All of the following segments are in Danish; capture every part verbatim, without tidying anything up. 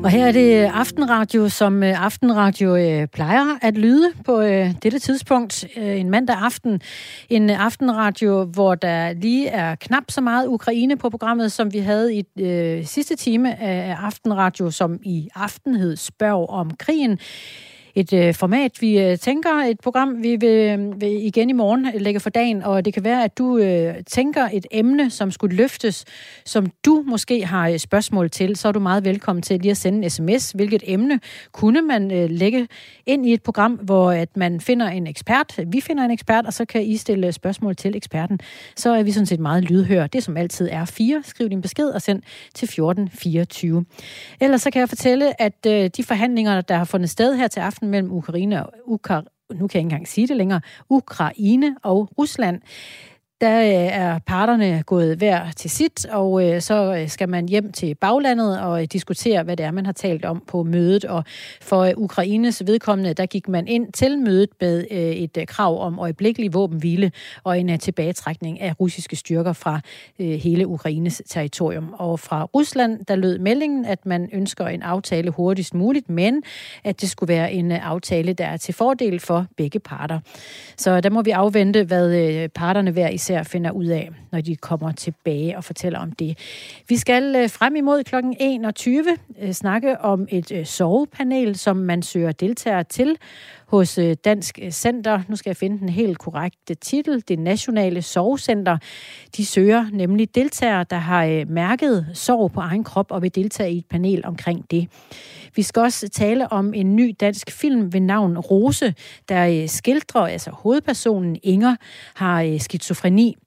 Og her er det Aftenradio, som Aftenradio plejer at lyde på dette tidspunkt. En mandag aften. En Aftenradio, hvor der lige er knap så meget Ukraine på programmet, som vi havde i øh, sidste time af Aftenradio, som i aften hed Spørg om krigen. Et øh, format, vi øh, tænker, et program, vi vil, vil igen i morgen lægge for dagen, og det kan være, at du øh, tænker et emne, som skulle løftes, som du måske har øh, spørgsmål til, så er du meget velkommen til lige at sende en sms. Hvilket emne kunne man øh, lægge ind i et program, hvor at man finder en ekspert, vi finder en ekspert, og så kan I stille spørgsmål til eksperten. Så er vi sådan set meget lydhør. Det som altid er fire. Skriv din besked og send til fjorten fireogtyve. Ellers så kan jeg fortælle, at øh, de forhandlinger, der har fundet sted her til aften, mellem Ukraine og Ukra... nu kan jeg ikke engang sige det længere, Ukraine og Rusland. Der er parterne gået hver til sit, og så skal man hjem til baglandet og diskutere, hvad det er, man har talt om på mødet. Og for Ukraines vedkommende, der gik man ind til mødet med et krav om øjeblikkelig våbenhvile og en tilbagetrækning af russiske styrker fra hele Ukraines territorium. Og fra Rusland, der lød meldingen, at man ønsker en aftale hurtigst muligt, men at det skulle være en aftale, der er til fordel for begge parter. Så der må vi afvente, hvad parterne hver især finder ud af, når de kommer tilbage og fortæller om det. Vi skal frem imod klokken enogtyve snakke om et sovepanel, som man søger deltagere til hos Dansk Center. Nu skal jeg finde den helt korrekte titel. Det Nationale Sovecenter. De søger nemlig deltagere, der har mærket sorg på egen krop og vil deltage i et panel omkring det. Vi skal også tale om en ny dansk film ved navn Rose, der skildrer, altså hovedpersonen Inger har skizofreni.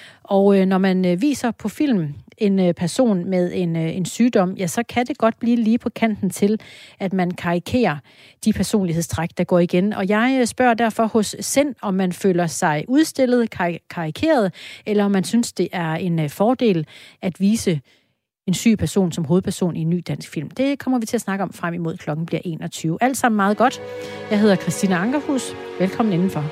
Og når man viser på film en person med en, en sygdom, ja, så kan det godt blive lige på kanten til, at man karikerer de personlighedstræk, der går igen. Og jeg spørger derfor hos Sind, om man føler sig udstillet, kar- karikeret, eller om man synes, det er en fordel at vise en syg person som hovedperson i en ny dansk film. Det kommer vi til at snakke om frem imod klokken bliver enogtyve. Alt sammen meget godt. Jeg hedder Christina Ankerhus. Velkommen indenfor.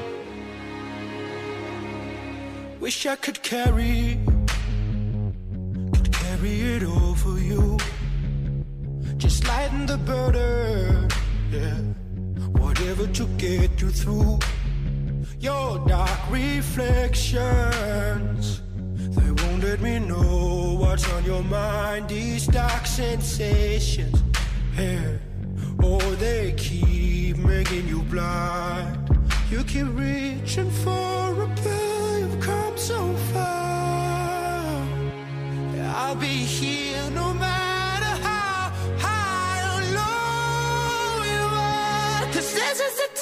Wish I could carry could carry it all for you. Just lighten the burden, yeah. Whatever to get you through. Your dark reflections, they won't let me know what's on your mind. These dark sensations, yeah. Oh, they keep making you blind. You keep reaching for a pill, you've come so far. I'll be here no matter how high or low you are. 'Cause this is the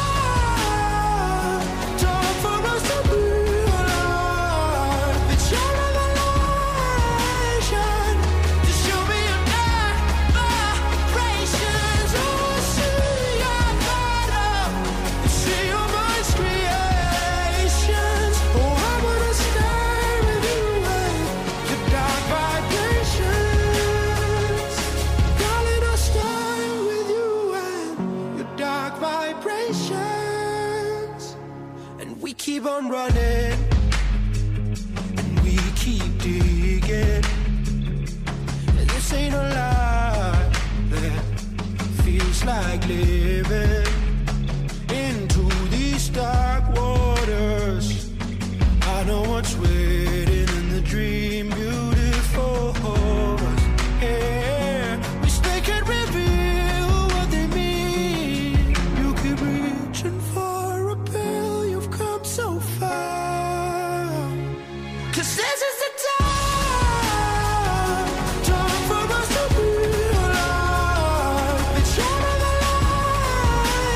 time, time for us to be alive. It's your revelation to show me your dark vibrations. Oh, see your bottom, see your mind's creations. Oh, I wanna stay with you and your dark vibrations. Darling, I'll stay with you and your dark vibrations. And we keep on running, and we keep digging. And this ain't a lie that feels like living into these dark waters. I know what's waiting in the dream beautiful us. Yeah, wish they could reveal what they mean. You keep reaching for a pill, you've come so far. 'Cause this is the time, time for us to be alive. It's your revelation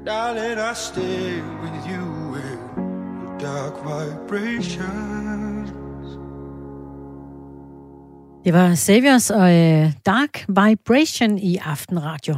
Darling, I stay with you in the dark vibrations. Det var Saviors og uh, Dark Vibration i Aftenradio.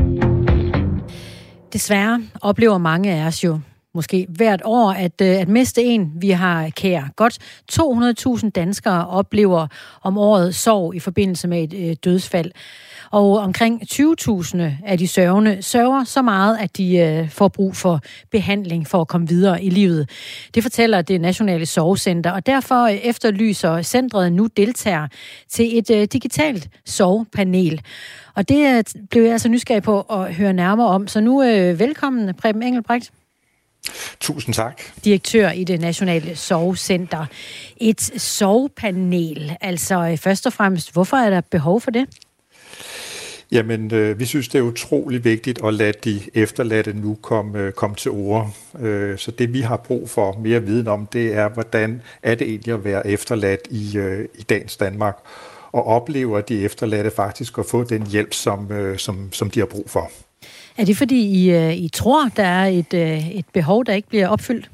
Desværre oplever mange af os jo måske hvert år at, uh, at miste en, vi har kær. Godt to hundrede tusind danskere oplever om året sorg i forbindelse med et uh, dødsfald. Og omkring tyve tusind af de sørgende sørger så meget, at de øh, får brug for behandling for at komme videre i livet. Det fortæller det Nationale Sorgcenter, og derfor efterlyser centret nu deltager til et øh, digitalt sorgpanel. Og det øh, blev jeg altså nysgerrig på at høre nærmere om. Så nu øh, velkommen, Preben Engelbrecht. Tusind tak. Direktør i det Nationale Sorgcenter. Et sorgpanel, altså først og fremmest, hvorfor er der behov for det? Jamen, øh, vi synes, det er utrolig vigtigt at lade de efterladte nu komme, øh, komme til ord. Øh, så det, vi har brug for mere viden om, det er, hvordan er det egentlig at være efterladt i, øh, i dagens Danmark, og oplever de efterladte faktisk at få den hjælp, som, øh, som, som de har brug for. Er det, fordi I, øh, I tror, der er et, øh, et behov, der ikke bliver opfyldt?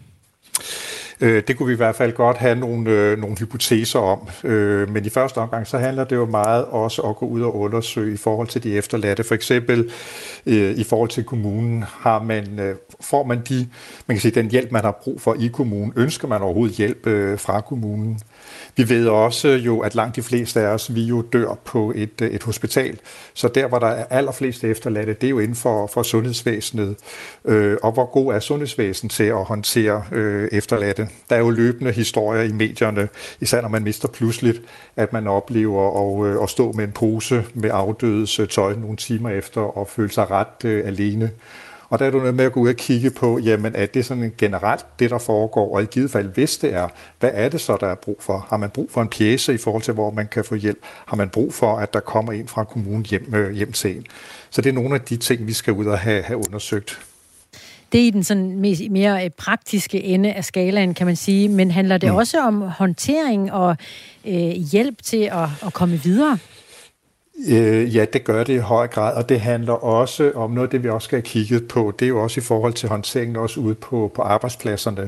Det kunne vi i hvert fald godt have nogle, øh, nogle hypoteser om, øh, men i første omgang så handler det jo meget også at gå ud og undersøge i forhold til de efterladte. For eksempel øh, i forhold til kommunen, har man, øh, får man de, man kan sige, den hjælp, man har brug for i kommunen. Ønsker man overhovedet hjælp øh, fra kommunen? Vi ved også jo, at langt de fleste af os, vi jo dør på et, et hospital. Så der, hvor der er allerflest efterladte, det er jo inden for, for sundhedsvæsenet. Øh, og hvor god er sundhedsvæsenet til at håndtere øh, efterladte? Der er jo løbende historier i medierne, især når man mister pludseligt, at man oplever at, at stå med en pose med afdødes tøj nogle timer efter og føle sig ret øh, alene. Og der er du nødt med at gå ud og kigge på, jamen er det sådan generelt det, der foregår, og i givet fald, hvis det er, hvad er det så, der er brug for? Har man brug for en pjece i forhold til, hvor man kan få hjælp? Har man brug for, at der kommer en fra kommunen hjem, hjem til en? Så det er nogle af de ting, vi skal ud og have, have undersøgt. Det er i den sådan mere praktiske ende af skalaen, kan man sige, men handler det mm. også om håndtering og øh, hjælp til at, at komme videre? Øh, ja, det gør det i høj grad, og det handler også om noget af det, vi også skal have kigget på. Det er jo også i forhold til håndteringen også ude på, på arbejdspladserne.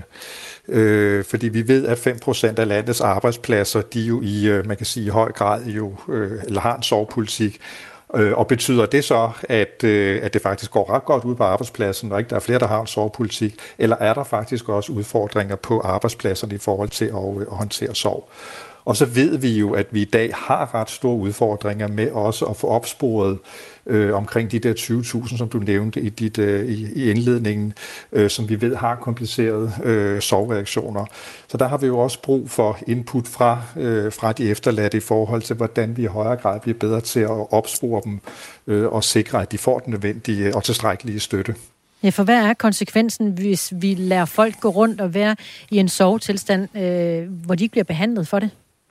Øh, fordi vi ved, at fem procent af landets arbejdspladser, de jo i, man kan sige, i høj grad jo, øh, eller har en sorgpolitik. Og betyder det så, at, at det faktisk går ret godt ud på arbejdspladsen, og ikke der er flere, der har en sorgpolitik, eller er der faktisk også udfordringer på arbejdspladserne i forhold til at, at håndtere sorg? Og så ved vi jo, at vi i dag har ret store udfordringer med også at få opsporet øh, omkring de der tyve tusind, som du nævnte i, dit, øh, i, i indledningen, øh, som vi ved har komplicerede øh, sorgreaktioner. Så der har vi jo også brug for input fra, øh, fra de efterladte i forhold til, hvordan vi i højere grad bliver bedre til at opspore dem øh, og sikre, at de får den nødvendige og tilstrækkelige støtte. Ja, for hvad er konsekvensen, hvis vi lader folk gå rundt og være i en sorgtilstand, øh, hvor de ikke bliver behandlet for det?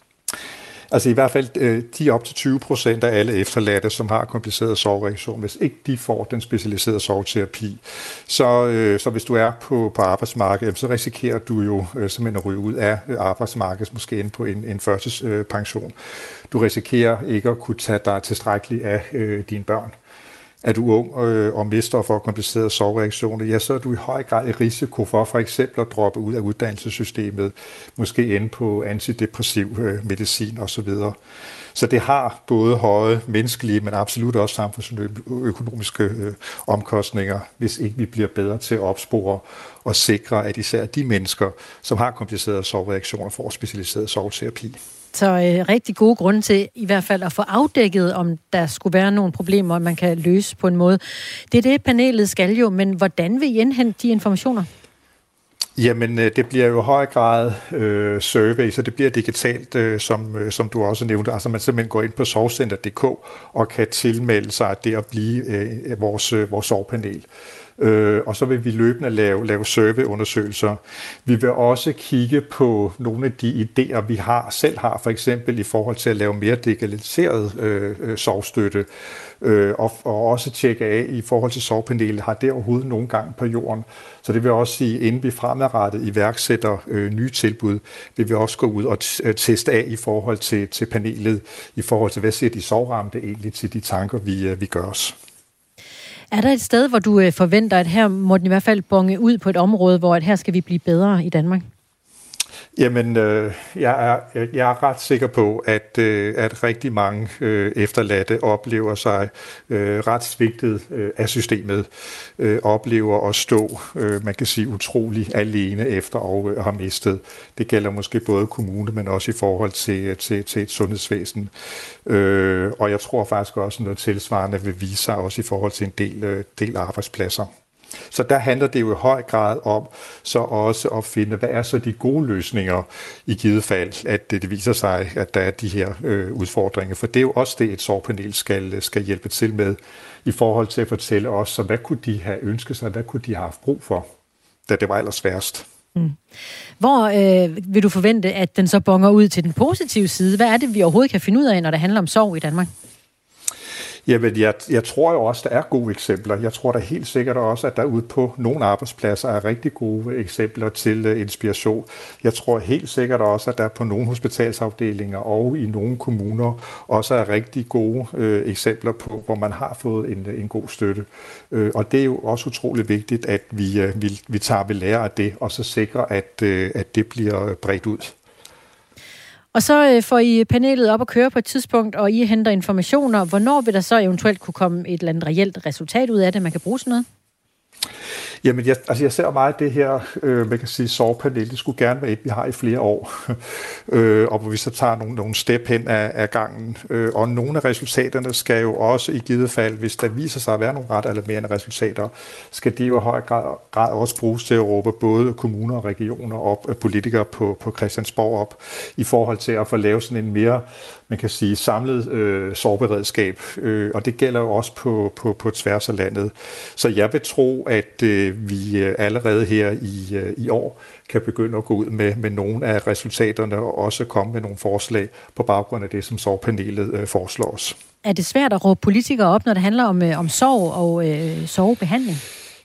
Altså i hvert fald de op til tyve procent af alle efterladte, som har kompliceret sorgreaktion, hvis ikke de får den specialiserede sorgterapi, så, øh, så hvis du er på, på arbejdsmarkedet, så risikerer du jo øh, simpelthen at ryge ud af arbejdsmarkedet, måske ind på en, en førtidspension. Du risikerer ikke at kunne tage dig tilstrækkeligt af øh, dine børn. Er du ung øh, og mister for komplicerede sorgreaktioner, ja, så er du i høj grad i risiko for for eksempel at droppe ud af uddannelsessystemet, måske ende på antidepressiv øh, medicin osv. Så det har både høje menneskelige, men absolut også samfundsøkonomiske øh, omkostninger, hvis ikke vi bliver bedre til at opspore og sikre, at især de mennesker, som har komplicerede sorgreaktioner, får specialiseret sorgterapi. Så øh, rigtig gode grunde til i hvert fald at få afdækket, om der skulle være nogle problemer, man kan løse på en måde. Det er det, panelet skal jo, men hvordan vil I indhente de informationer? Jamen, det bliver jo i høj grad øh, survey, så det bliver digitalt, øh, som, øh, som du også nævnte. Altså man simpelthen går ind på sorgcenter punktum d k og kan tilmelde sig det at blive øh, vores, øh, vores sorgpanel. Øh, og så vil vi løbende lave, lave surveyundersøgelser. Vi vil også kigge på nogle af de idéer, vi har selv har, for eksempel i forhold til at lave mere digitaliseret øh, sorgstøtte, øh, og, og også tjekke af i forhold til sorgpanelet, har det overhovedet nogen gang på jorden. Så det vil også sige, inden vi fremadrettet iværksætter øh, nye tilbud, vil vi også gå ud og t- teste af i forhold til, til panelet, i forhold til, hvad siger de sorgramte egentlig til de tanker, vi, øh, vi gør os. Er der et sted, hvor du forventer, at her må den i hvert fald bonge ud på et område, hvor at her skal vi blive bedre i Danmark? Jamen, øh, jeg, er, jeg er ret sikker på, at, øh, at rigtig mange øh, efterladte oplever sig øh, ret svigtet øh, af systemet, øh, oplever at stå, øh, man kan sige, utrolig alene efter at øh, have mistet. Det gælder måske både kommune, men også i forhold til, til, til et sundhedsvæsen. Øh, og jeg tror faktisk også, noget tilsvarende vil vise sig også i forhold til en del, øh, del arbejdspladser. Så der handler det jo i høj grad om så også at finde, hvad er så de gode løsninger i givet fald, at det, det viser sig, at der er de her øh, udfordringer. For det er jo også det, et sorgpanel skal, skal hjælpe til med i forhold til at fortælle os, så hvad kunne de have ønsket sig, hvad kunne de have haft brug for, da det var ellers værst. Mm. Hvor øh, vil du forvente, at den så bonger ud til den positive side? Hvad er det, vi overhovedet kan finde ud af, når det handler om sorg i Danmark? Jamen, jeg, jeg tror jo også, der er gode eksempler. Jeg tror da helt sikkert også, at der ude på nogle arbejdspladser er rigtig gode eksempler til uh, inspiration. Jeg tror helt sikkert også, at der på nogle hospitalsafdelinger og i nogle kommuner også er rigtig gode uh, eksempler på, hvor man har fået en, en god støtte. Uh, og det er jo også utrolig vigtigt, at vi, uh, vi, vi tager ved lære af det, og så sikrer, at, uh, at det bliver bredt ud. Og så øh, får I panelet op at køre på et tidspunkt, og I henter informationer. Hvornår vil der så eventuelt kunne komme et eller andet reelt resultat ud af det, man kan bruge sådan noget? Jamen, jeg, altså jeg ser meget det her, øh, man kan sige, sorgpanel, det skulle gerne være et, vi har i flere år, øh, og hvor vi så tager nogle, nogle step hen af, af gangen. Øh, og nogle af resultaterne skal jo også i givet fald, hvis der viser sig at være nogle ret alarmerende resultater, skal de jo i høj grad, grad også bruges til at råbe både kommuner og regioner op, og politikere på, på Christiansborg op, i forhold til at få lavet sådan en mere, man kan sige, samlet øh, sorgberedskab. Øh, og det gælder jo også på, på, på tværs af landet. Så jeg vil tro, at øh, vi allerede her i, i år kan begynde at gå ud med, med nogle af resultaterne og også komme med nogle forslag på baggrund af det, som sorgpanelet øh, foreslår os. Er det svært at råbe politikere op, når det handler om, øh, om sorg og øh, sorgbehandling?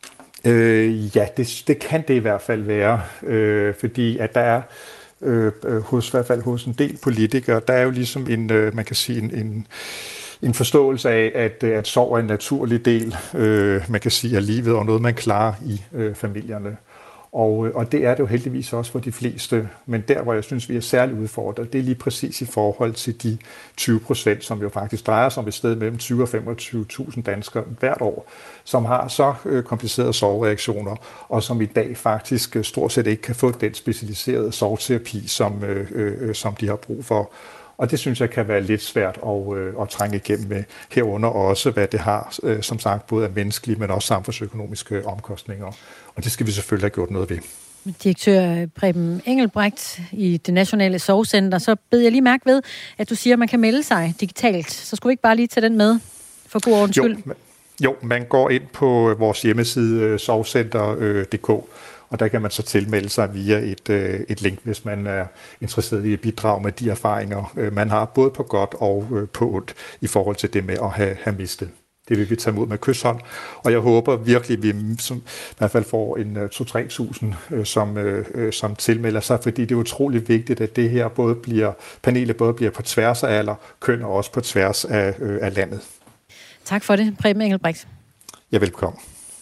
Øh, ja, det, det kan det i hvert fald være, øh, fordi at der er øh, hos, i hvert fald hos en del politikere, der er jo ligesom en, øh, man kan sige, en, en En forståelse af, at, at sorg er en naturlig del, øh, man kan sige, af livet, og noget, man klarer i øh, familierne. Og, og det er det jo heldigvis også for de fleste. Men der, hvor jeg synes, vi er særligt udfordret, det er lige præcis i forhold til de tyve procent, som jo faktisk drejer sig om et sted mellem tyve og femogtyve tusind danskere hvert år, som har så øh, komplicerede sorgreaktioner, og som i dag faktisk øh, stort set ikke kan få den specialiserede sorgterapi, som, øh, øh, som de har brug for. Og det synes jeg kan være lidt svært at, øh, at trænge igennem med, herunder også, hvad det har, øh, som sagt, både af menneskelige, men også samfundsøkonomiske omkostninger. Og det skal vi selvfølgelig have gjort noget ved. Direktør Preben Engelbrecht i det Nationale Sorgcenter, så bed jeg lige mærke ved, at du siger, at man kan melde sig digitalt. Så skulle vi ikke bare lige tage den med for god ordens skyld? Jo, jo, man går ind på vores hjemmeside sorgcenter punktum d k, og der kan man så tilmelde sig via et, et link, hvis man er interesseret i at bidrage med de erfaringer, man har, både på godt og på ondt, i forhold til det med at have, have mistet. Det vil vi tage imod med kysshånd, og jeg håber virkelig, at vi som, i hvert fald får en to til tre tusind, som, som tilmelder sig, fordi det er utrolig vigtigt, at det her både bliver, panelet både bliver på tværs af alder, køn og også på tværs af, af landet. Tak for det, Preben Engelbrecht. Ja, velkommen.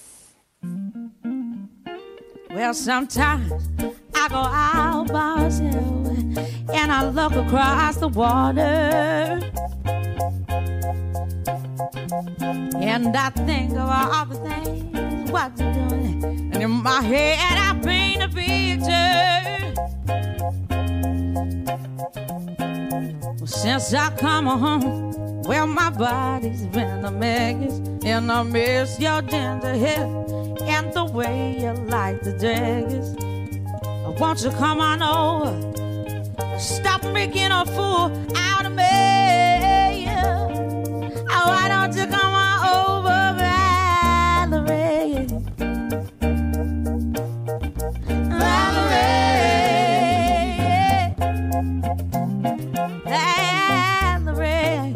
Well, sometimes I go out by myself and I look across the water and I think of all the things what you're doing, and in my head I paint a picture. Well, since I come home, well, my body's been a mess, and I miss your ginger hair and the way you like the dress. Won't you come on over? Stop making a fool out of me. Oh, why don't you come on over, Valerie? Valerie. Valerie.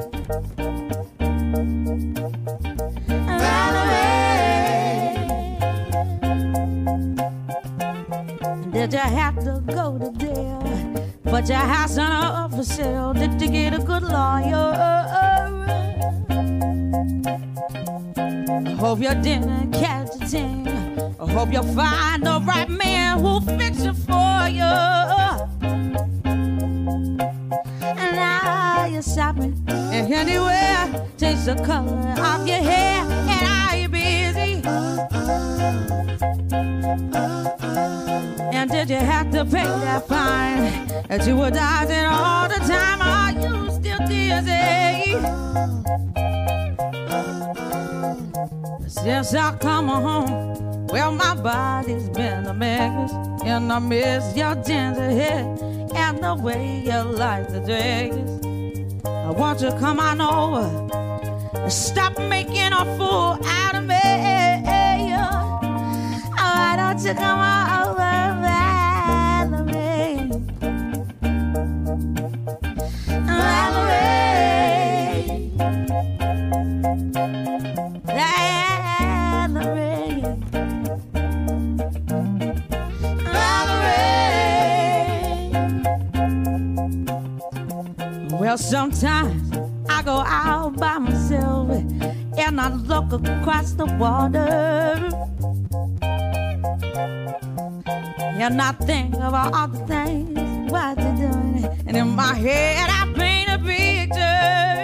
Did you have to go to jail? But your house on up for sale. Did you get a good lawyer? hope you didn't catch a thing. I hope you find the right man who'll fix it for you. And now you're shopping and anywhere, change the color of your hair. And are you busy? And did you have to pay that fine that you were dodging all the time? Are you still dizzy? Since I come home, well, my body's been a mess, and I miss your ginger hair and the way you like the dress. I want you to come on over and stop making a fool out of me. Why don't you come on over, Valerie? Valerie, Valerie, Valerie. Well, sometimes I go out by myself and I look across the water. And I think of all the things what you're doing, and in my head I paint a picture.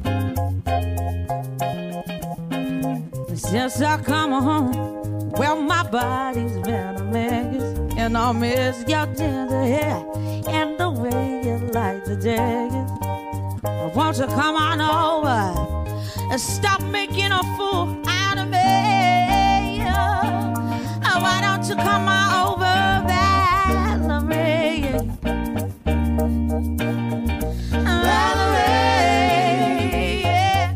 Since I come home, well, my body's been a mess, and I miss your ginger hair and the way you like the jacket. Won't you come on over and stop making a fool out of me? Why don't you come on over, Valerie? Valerie, yeah.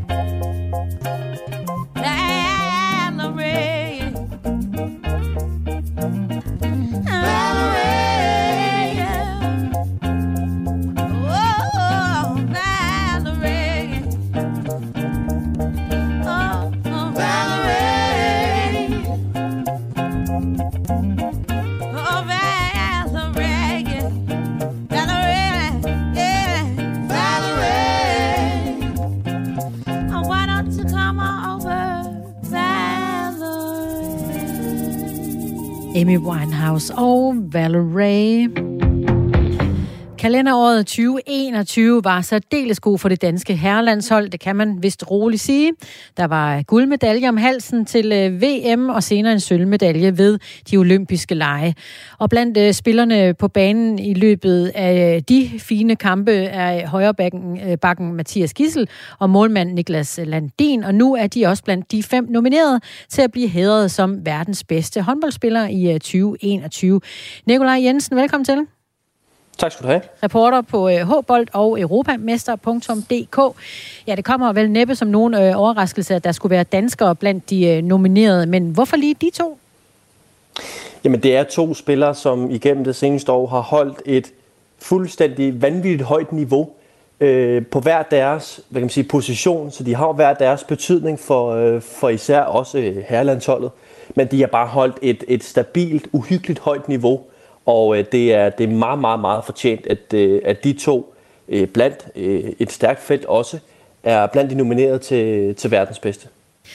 Valerie, Valerie, yeah. Oh, Valerie, oh, oh, Valerie. Oh, Valerie, yeah. Valerie, yeah. Valerie. Oh, why don't you come on over, Valerie? Amy Winehouse og Valerie. Kalenderåret tyve enogtyve var særdeles god for det danske herrelandshold, det kan man vist roligt sige. Der var guldmedalje om halsen til V M og senere en sølvmedalje ved de olympiske lege. Og blandt spillerne på banen i løbet af de fine kampe er højrebacken bakken Mathias Gidsel og målmand Niklas Landin, og nu er de også blandt de fem nomineret til at blive hædret som verdens bedste håndboldspiller i tyve enogtyve. Nikolaj Jensen, velkommen til. Tak skal du have. Reporter på H-bold og europamester punktum d k. Ja, det kommer vel næppe som nogen øh, overraskelse, at der skulle være danskere blandt de øh, nominerede, men hvorfor lige de to? Jamen, det er to spillere, som igennem det seneste år har holdt et fuldstændig vanvittigt højt niveau øh, på hver deres, hvad kan man sige, position, så de har hver deres betydning for, øh, for især også øh, herrelandsholdet, men de har bare holdt et, et stabilt, uhyggeligt højt niveau. Og øh, det, er, det er meget, meget, meget fortjent, at, øh, at de to øh, blandt øh, et stærkt felt også er blandt de nominerede til, til verdens bedste.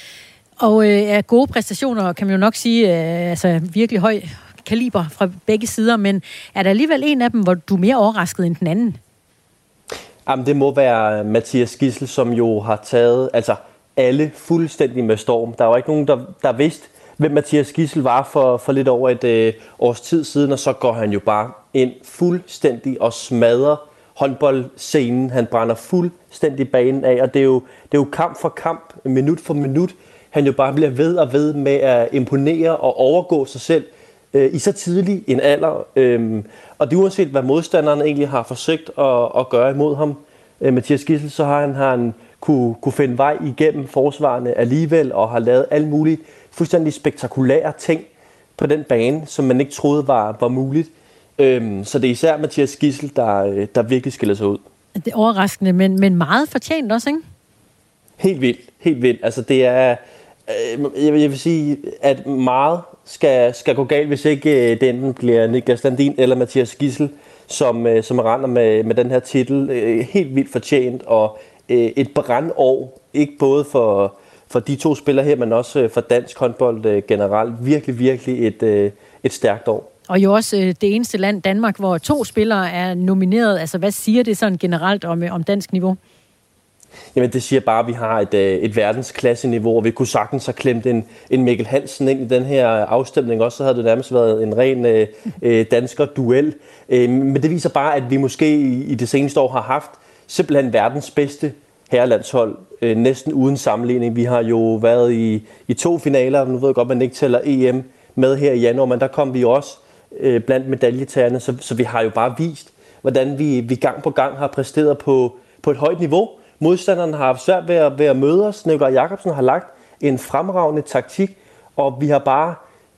Og øh, ja, gode præstationer, kan man jo nok sige, øh, altså virkelig høj kaliber fra begge sider, men er der alligevel en af dem, hvor du er mere overrasket end den anden? Jamen, det må være Mathias Gidsel, som jo har taget altså, alle fuldstændig med storm. Der var ikke nogen, der, der vidste, hvem Mathias Gidsel var for, for lidt over et øh, års tid siden, og så går han jo bare ind fuldstændig og smadrer håndboldscenen. Han brænder fuldstændig banen af, og det er jo, det er jo kamp for kamp, minut for minut. Han jo bare bliver ved og ved med at imponere og overgå sig selv øh, i så tidlig en alder. Øh, og det uanset hvad modstanderne egentlig har forsøgt at, at gøre imod ham, øh, Mathias Gidsel, så har han, har han kunne, kunne finde vej igennem forsvarene alligevel, og har lavet alle mulige fuldstændig spektakulære ting på den bane, som man ikke troede var, var muligt. Øhm, så det er især Mathias Gidsel, der, der virkelig skiller sig ud. Det er overraskende, men, men meget fortjent også, ikke? Helt vildt, helt vildt. Altså det er, øh, jeg, vil, jeg vil sige, at meget skal, skal gå galt, hvis ikke det enten bliver Niklas Landin eller Mathias Gidsel, som, øh, som render med, med den her titel. Øh, helt vildt fortjent, og øh, et brandår, ikke både for for de to spillere her, men også for dansk håndbold generelt. Virkelig, virkelig et, et stærkt år. Og jo også det eneste land, Danmark, hvor to spillere er nomineret. Altså, hvad siger det sådan generelt om, om dansk niveau? Jamen, det siger bare, at vi har et, et verdensklasseniveau, og vi kunne sagtens have klemt en, en Mikkel Hansen ind i den her afstemning. Også så havde det nærmest været en ren øh, dansker-duel. Øh, men det viser bare, at vi måske i, i det seneste år har haft simpelthen verdens bedste herrelandshold, øh, næsten uden sammenligning. Vi har jo været i, i to finaler, nu ved jeg godt, man ikke tæller E M med her i januar, men der kom vi jo også øh, blandt medaljetagerne, så, så vi har jo bare vist, hvordan vi, vi gang på gang har præsteret på, på et højt niveau. Modstanderen har haft svært ved at, ved at møde os. Nikolaj Jakobsen har lagt en fremragende taktik, og vi har bare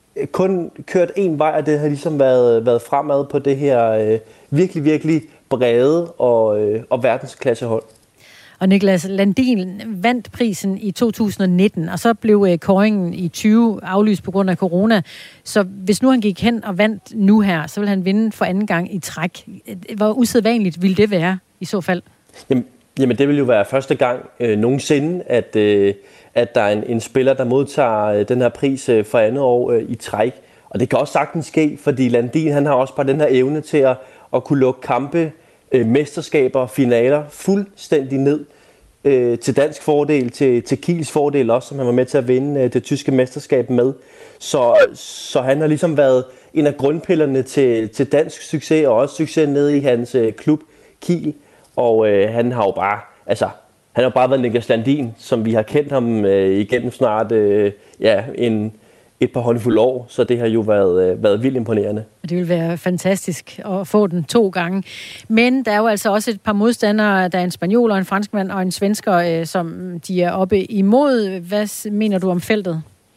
kun kørt en vej, og det har ligesom været, været fremad på det her øh, virkelig, virkelig brede og, øh, og verdensklassehold. Og Niklas Landin vandt prisen i to tusind nitten, og så blev øh, kåringen i tyve aflyst på grund af corona. Så hvis nu han gik hen og vandt nu her, så vil han vinde for anden gang i træk. Hvor usædvanligt ville det være i så fald? Jamen, Jamen det vil jo være første gang øh, nogensinde, at, øh, at der er en, en spiller, der modtager øh, den her pris øh, for andet år øh, i træk. Og det kan også sagtens ske, fordi Landin han har også bare den her evne til at, at kunne lukke kampe, øh, mesterskaber, finaler fuldstændig ned øh, til dansk fordel, til, til Kiels fordel også, som han var med til at vinde øh, det tyske mesterskab med. Så, så han har ligesom været en af grundpillerne til, til dansk succes, og også succes nede i hans øh, klub Kiel. Og øh, han har jo bare, altså, han har bare været Niklas Landin, som vi har kendt ham øh, igennem snart øh, ja, en, et par håndfulde år, så det har jo været, øh, været vildt imponerende. Det vil være fantastisk at få den to gange. Men der er jo altså også et par modstandere, der er en spanjol og en franskmand og en svensker, øh, som de er oppe imod. Hvad mener du om feltet?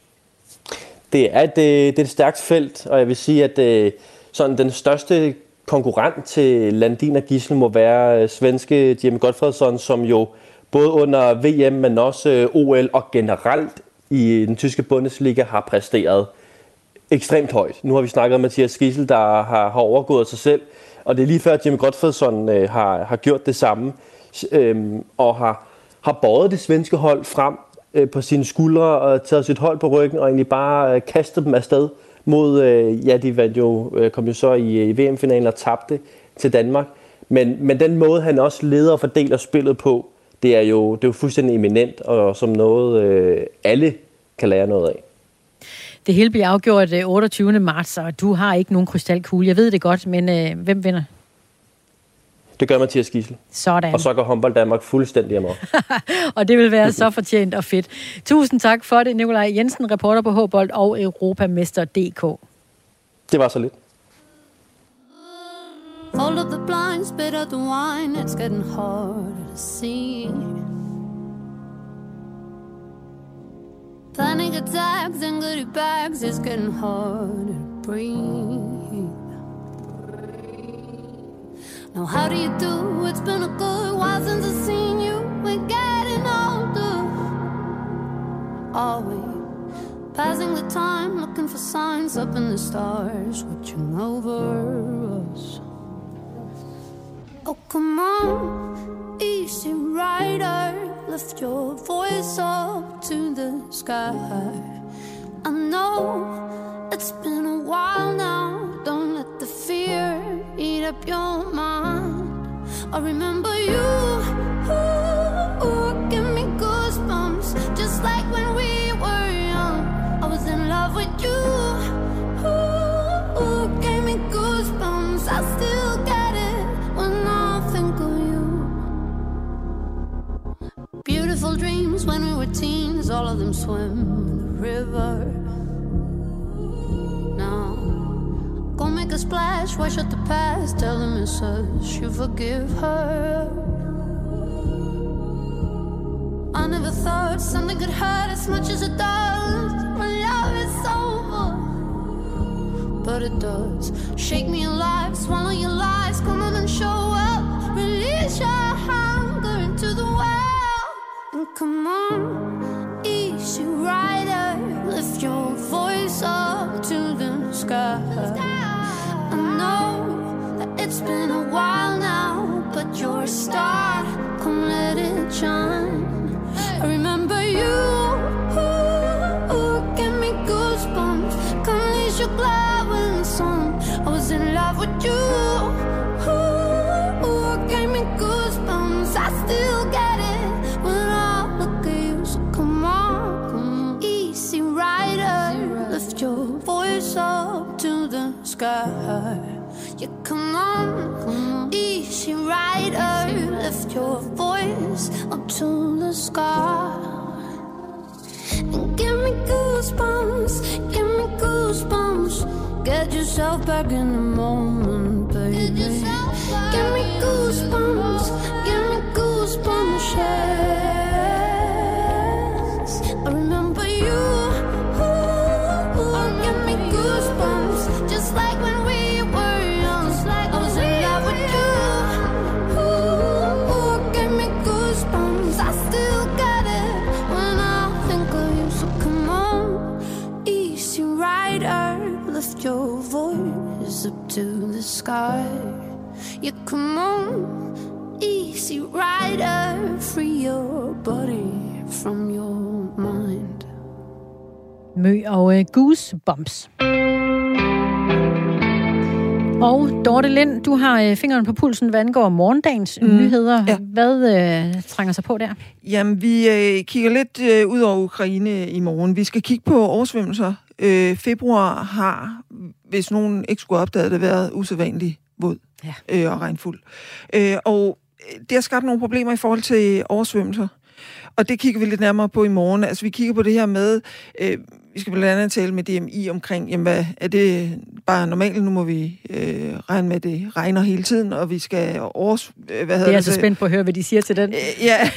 Det er et, det er et stærkt felt, og jeg vil sige, at øh, sådan den største konkurrent til Landin og Gisle må være svenske Jimmy Gottfredsson, som jo både under V M, men også O L og generelt i den tyske Bundesliga har præsteret ekstremt højt. Nu har vi snakket om Mathias Gisle, der har, har overgået sig selv, og det er lige før Jimmy Gottfredsson øh, har, har gjort det samme, øh, og har, har båret det svenske hold frem øh, på sine skuldre og taget sit hold på ryggen og egentlig bare øh, kastet dem afsted mod, øh, ja, de vandt jo, øh, kom jo så i, i V M-finalen og tabte til Danmark. Men, men den måde, han også leder og fordeler spillet på, det er jo, det er jo fuldstændig eminent, og som noget, øh, alle kan lære noget af. Det hele bliver afgjort otteogtyvende marts, og du har ikke nogen krystalkugle. Jeg ved det godt, men øh, hvem vinder? Det gør Mathias Gisle. Sådan. Og så går håndbold Danmark fuldstændig amok. Og det vil være så fortjent og fedt. Tusind tak for det, Nikolaj Jensen, reporter på Håbold og Europamester punktum d k. Det var så lidt. All of the blinds, bit of the wine, it's getting harder to see. Panic attacks and goodie bags, it's getting harder to breathe. Now how do you do? It's been a good while since I've seen you. We're getting older, are we? Passing the time, looking for signs up in the stars, watching over us. Oh, come on, easy rider, lift your voice up to the sky. I know it's been a while now, don't let the fear eat up your mind. I remember you, ooh, ooh, give me goosebumps, just like when we were young. I was in love with you, ooh, ooh, gave me goosebumps, I still get it when I think of you. Beautiful dreams when we were teens, all of them swim in the river. Now, go make a splash, wash out the past, tell them it's us, you forgive her. I never thought something could hurt as much as it does when love is over, but it does. Shake me alive, swallow your lies, come on and show up, release your hunger into the well, and come on, easy rider, lift your voice up to the sky. I know that it's been a while now, but you're a star, come let it shine. I remember you, miss your glow in the sun. I was in love with you. Ooh, ooh, gave me goosebumps. I still get it when I look at you. So come on, come on. Easy rider, lift your voice up to the sky. Yeah, come on, come on. Easy rider, lift your voice up to the sky. And give me goosebumps, give me goosebumps. Get yourself back in the moment, baby. Give me goosebumps, give me goosebumps, yes. I remember you. Ooh, ooh, give me goosebumps, just like when we were young. I was in love with you. Ooh, ooh, give me goosebumps. I still got it when I think of you. So come on, easy rider, lift your voice up to the sky. Yeah, come on, easy rider, free your body from your mind. Mø og uh, Goosebumps. Og Dorte Lind, du har uh, fingeren på pulsen, hvad angår morgendagens mm. nyheder. Ja. Hvad uh, trænger sig på der? Jamen, vi øh, kigger lidt øh, ud over Ukraine i morgen. Vi skal kigge på oversvømmelser. Øh, februar har, hvis nogen ikke skulle opdage det, været usædvanligt våd ja. øh, og regnfuld. Øh, og det har skabt nogle problemer i forhold til oversvømmelser. Og det kigger vi lidt nærmere på i morgen. Altså, vi kigger på det her med, øh, vi skal blandt andet tale med D M I omkring, jamen, hvad, er det bare normalt? Nu må vi øh, regne med, at det regner hele tiden, og vi skal overs... Øh, hvad det er altså spændt på at høre, hvad de siger til den. Øh, ja,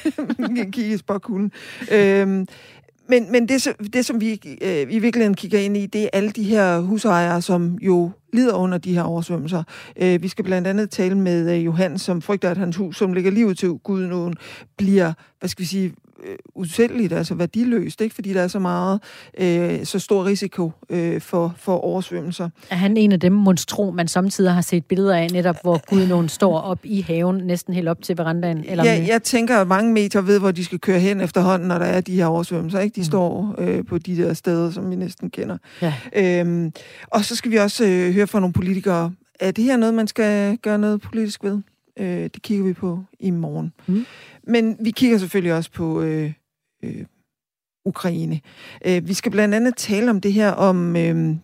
vi kan kigge i spåkuglen. Øh, Men, men det, det, som vi øh, i virkeligheden kigger ind i, det er alle de her husejere, som jo lider under de her oversvømmelser. Øh, vi skal blandt andet tale med øh, Johan, som frygter, at hans hus, som ligger lige ud til Gudenåen, bliver, hvad skal vi sige, øh, usælgeligt, altså værdiløst, ikke? Fordi der er så meget, øh, så stor risiko øh, for, for oversvømmelser. Er han en af dem, monstro, man samtidig har set billeder af, netop hvor Gudenåen står op i haven, næsten helt op til verandaen? Eller ja, jeg tænker, at mange meter ved, hvor de skal køre hen efterhånden, når der er de her oversvømmelser, ikke? De mm. står øh, på de der steder, som vi næsten kender. Ja. Øhm, og så skal vi også øh, høre fra nogle politikere. Er det her noget, man skal gøre noget politisk ved? Øh, det kigger vi på i morgen. Mm. Men vi kigger selvfølgelig også på øh, øh, Ukraine. Øh, vi skal blandt andet tale om det her om øh,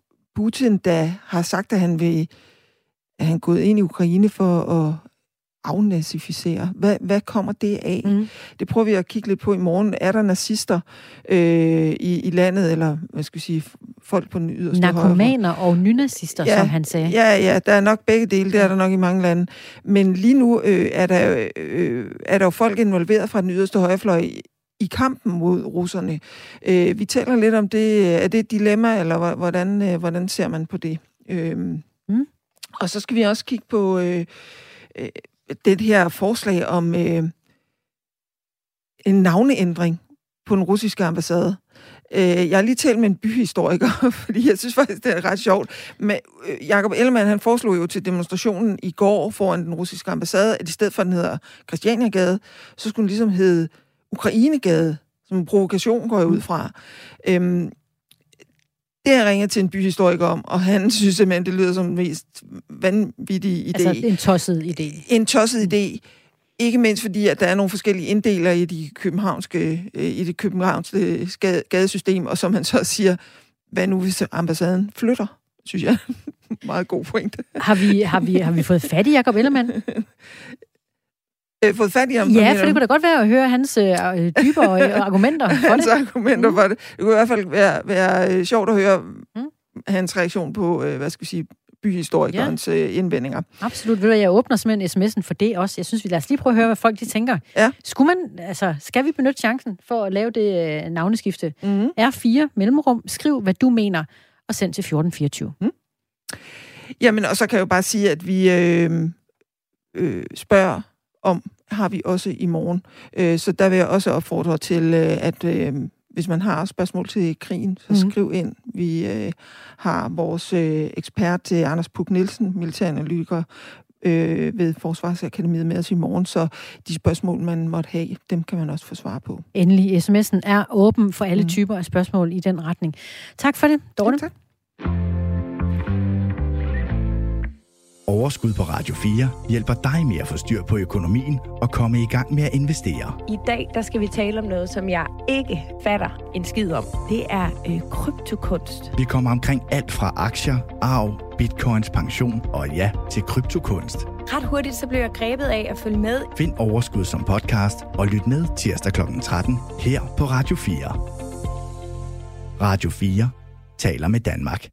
Putin, der har sagt, at han vil at han er gået ind i Ukraine for at afnazificere. Hvad, hvad kommer det af? Mm. Det prøver vi at kigge lidt på i morgen. Er der nazister øh, i, i landet, eller hvad skal vi sige, folk på den yderste højre? Narkomaner og nynazister, ja, som han sagde. Ja, ja, der er nok begge dele, det er der nok i mange lande. Men lige nu øh, er, der, øh, er der jo folk involveret fra den yderste højrefløj i, i kampen mod russerne. Øh, vi taler lidt om det. Er det et dilemma, eller hvordan, øh, hvordan ser man på det? Øh, mm. Og så skal vi også kigge på øh, øh, det her forslag om øh, en navneændring på den russiske ambassade. Øh, jeg har lige talt med en byhistoriker, fordi jeg synes faktisk, det er ret sjovt. Men øh, Jakob Ellemann, han foreslog jo til demonstrationen i går foran den russiske ambassade, at i stedet for, at den hedder Christianiagade, så skulle den ligesom hedde Ukrainegade, som en provokation går jeg ud fra. Øhm, det har jeg ringet til en byhistoriker om, og han synes simpelthen, det lyder som den mest vanvittige idé. Altså en tosset idé. En tosset idé. Ikke mindst fordi, at der er nogle forskellige inddeler i, de københavnske, i det københavnske gadesystem, og som han så siger, hvad nu hvis ambassaden flytter, synes jeg. Meget god pointe. Har vi, har vi, har vi fået fat i Jakob Ellemann? Øh, fået fat i ham? Ja, for det kunne da godt være at høre hans øh, dybere øh, argumenter for hans det. Hans argumenter mm. for det. Det kunne i hvert fald være, være øh, sjovt at høre mm. hans reaktion på, øh, hvad skal vi sige, byhistorikernes ja. øh, indvendinger. Absolut. Ved du, jeg åbner simpelthen sms'en for det også. Jeg synes, vi lader os lige prøve at høre, hvad folk de tænker. Ja. Skulle man, altså, skal vi benytte chancen for at lave det øh, navneskifte? Mm. R fire mellemrum. Skriv, hvad du mener, og send til fjorten fireogtyve. Mm. Jamen, og så kan jeg jo bare sige, at vi øh, øh, spørger om, har vi også i morgen. Øh, så der vil jeg også opfordre til, øh, at øh, hvis man har spørgsmål til krigen, så mm. skriv ind. Vi øh, har vores øh, ekspert, øh, Anders Puk Nielsen, militæranalytiker øh, ved Forsvarsakademiet med os i morgen, så de spørgsmål, man måtte have, dem kan man også få svar på. Endelig, sms'en er åben for alle mm. typer af spørgsmål i den retning. Tak for det, Dorte. Tak. Overskud på Radio fire hjælper dig med at få styr på økonomien og komme i gang med at investere. I dag der skal vi tale om noget, som jeg ikke fatter en skid om. Det er øh, kryptokunst. Vi kommer omkring alt fra aktier, arv, bitcoins, pension og ja, til kryptokunst. Ret hurtigt så blev jeg grebet af at følge med. Find Overskud som podcast og lyt med tirsdag klokken tretten her på Radio fire. Radio fire taler med Danmark.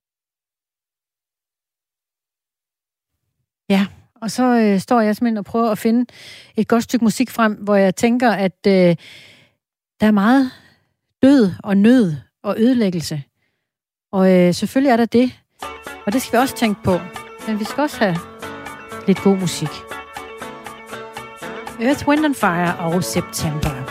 Ja, og så øh, står jeg simpelthen og prøver at finde et godt stykke musik frem, hvor jeg tænker, at øh, der er meget død og nød og ødelæggelse. Og øh, selvfølgelig er der det, og det skal vi også tænke på. Men vi skal også have lidt god musik. Earth, Wind and Fire og September.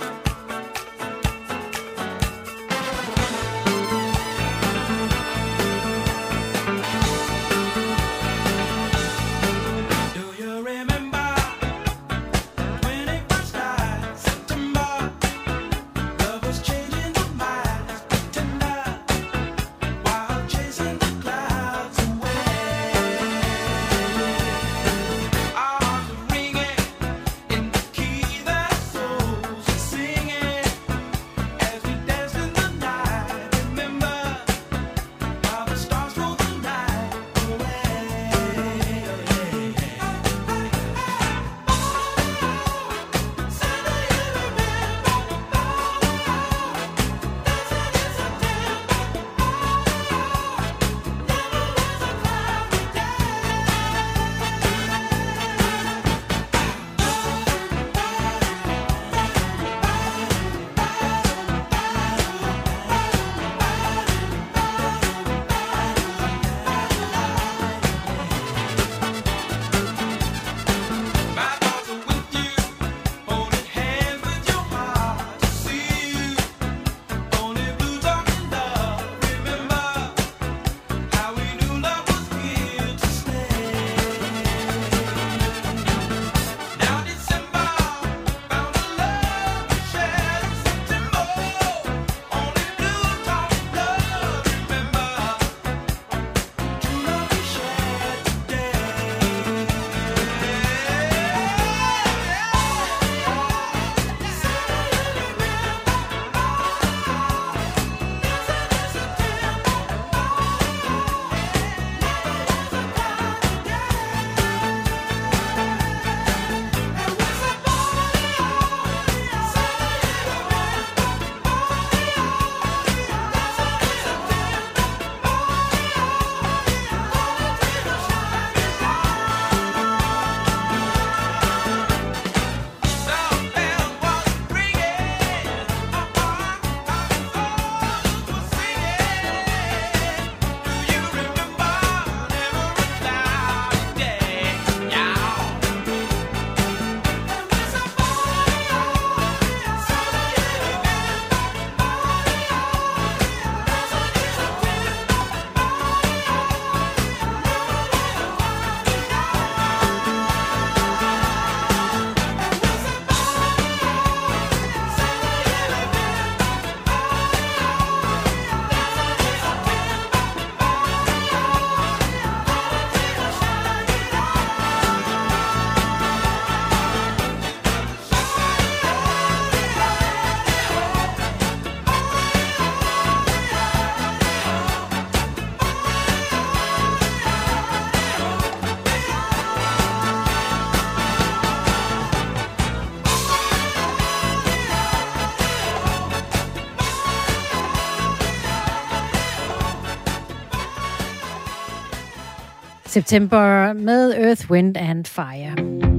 September med Earth, Wind and Fire.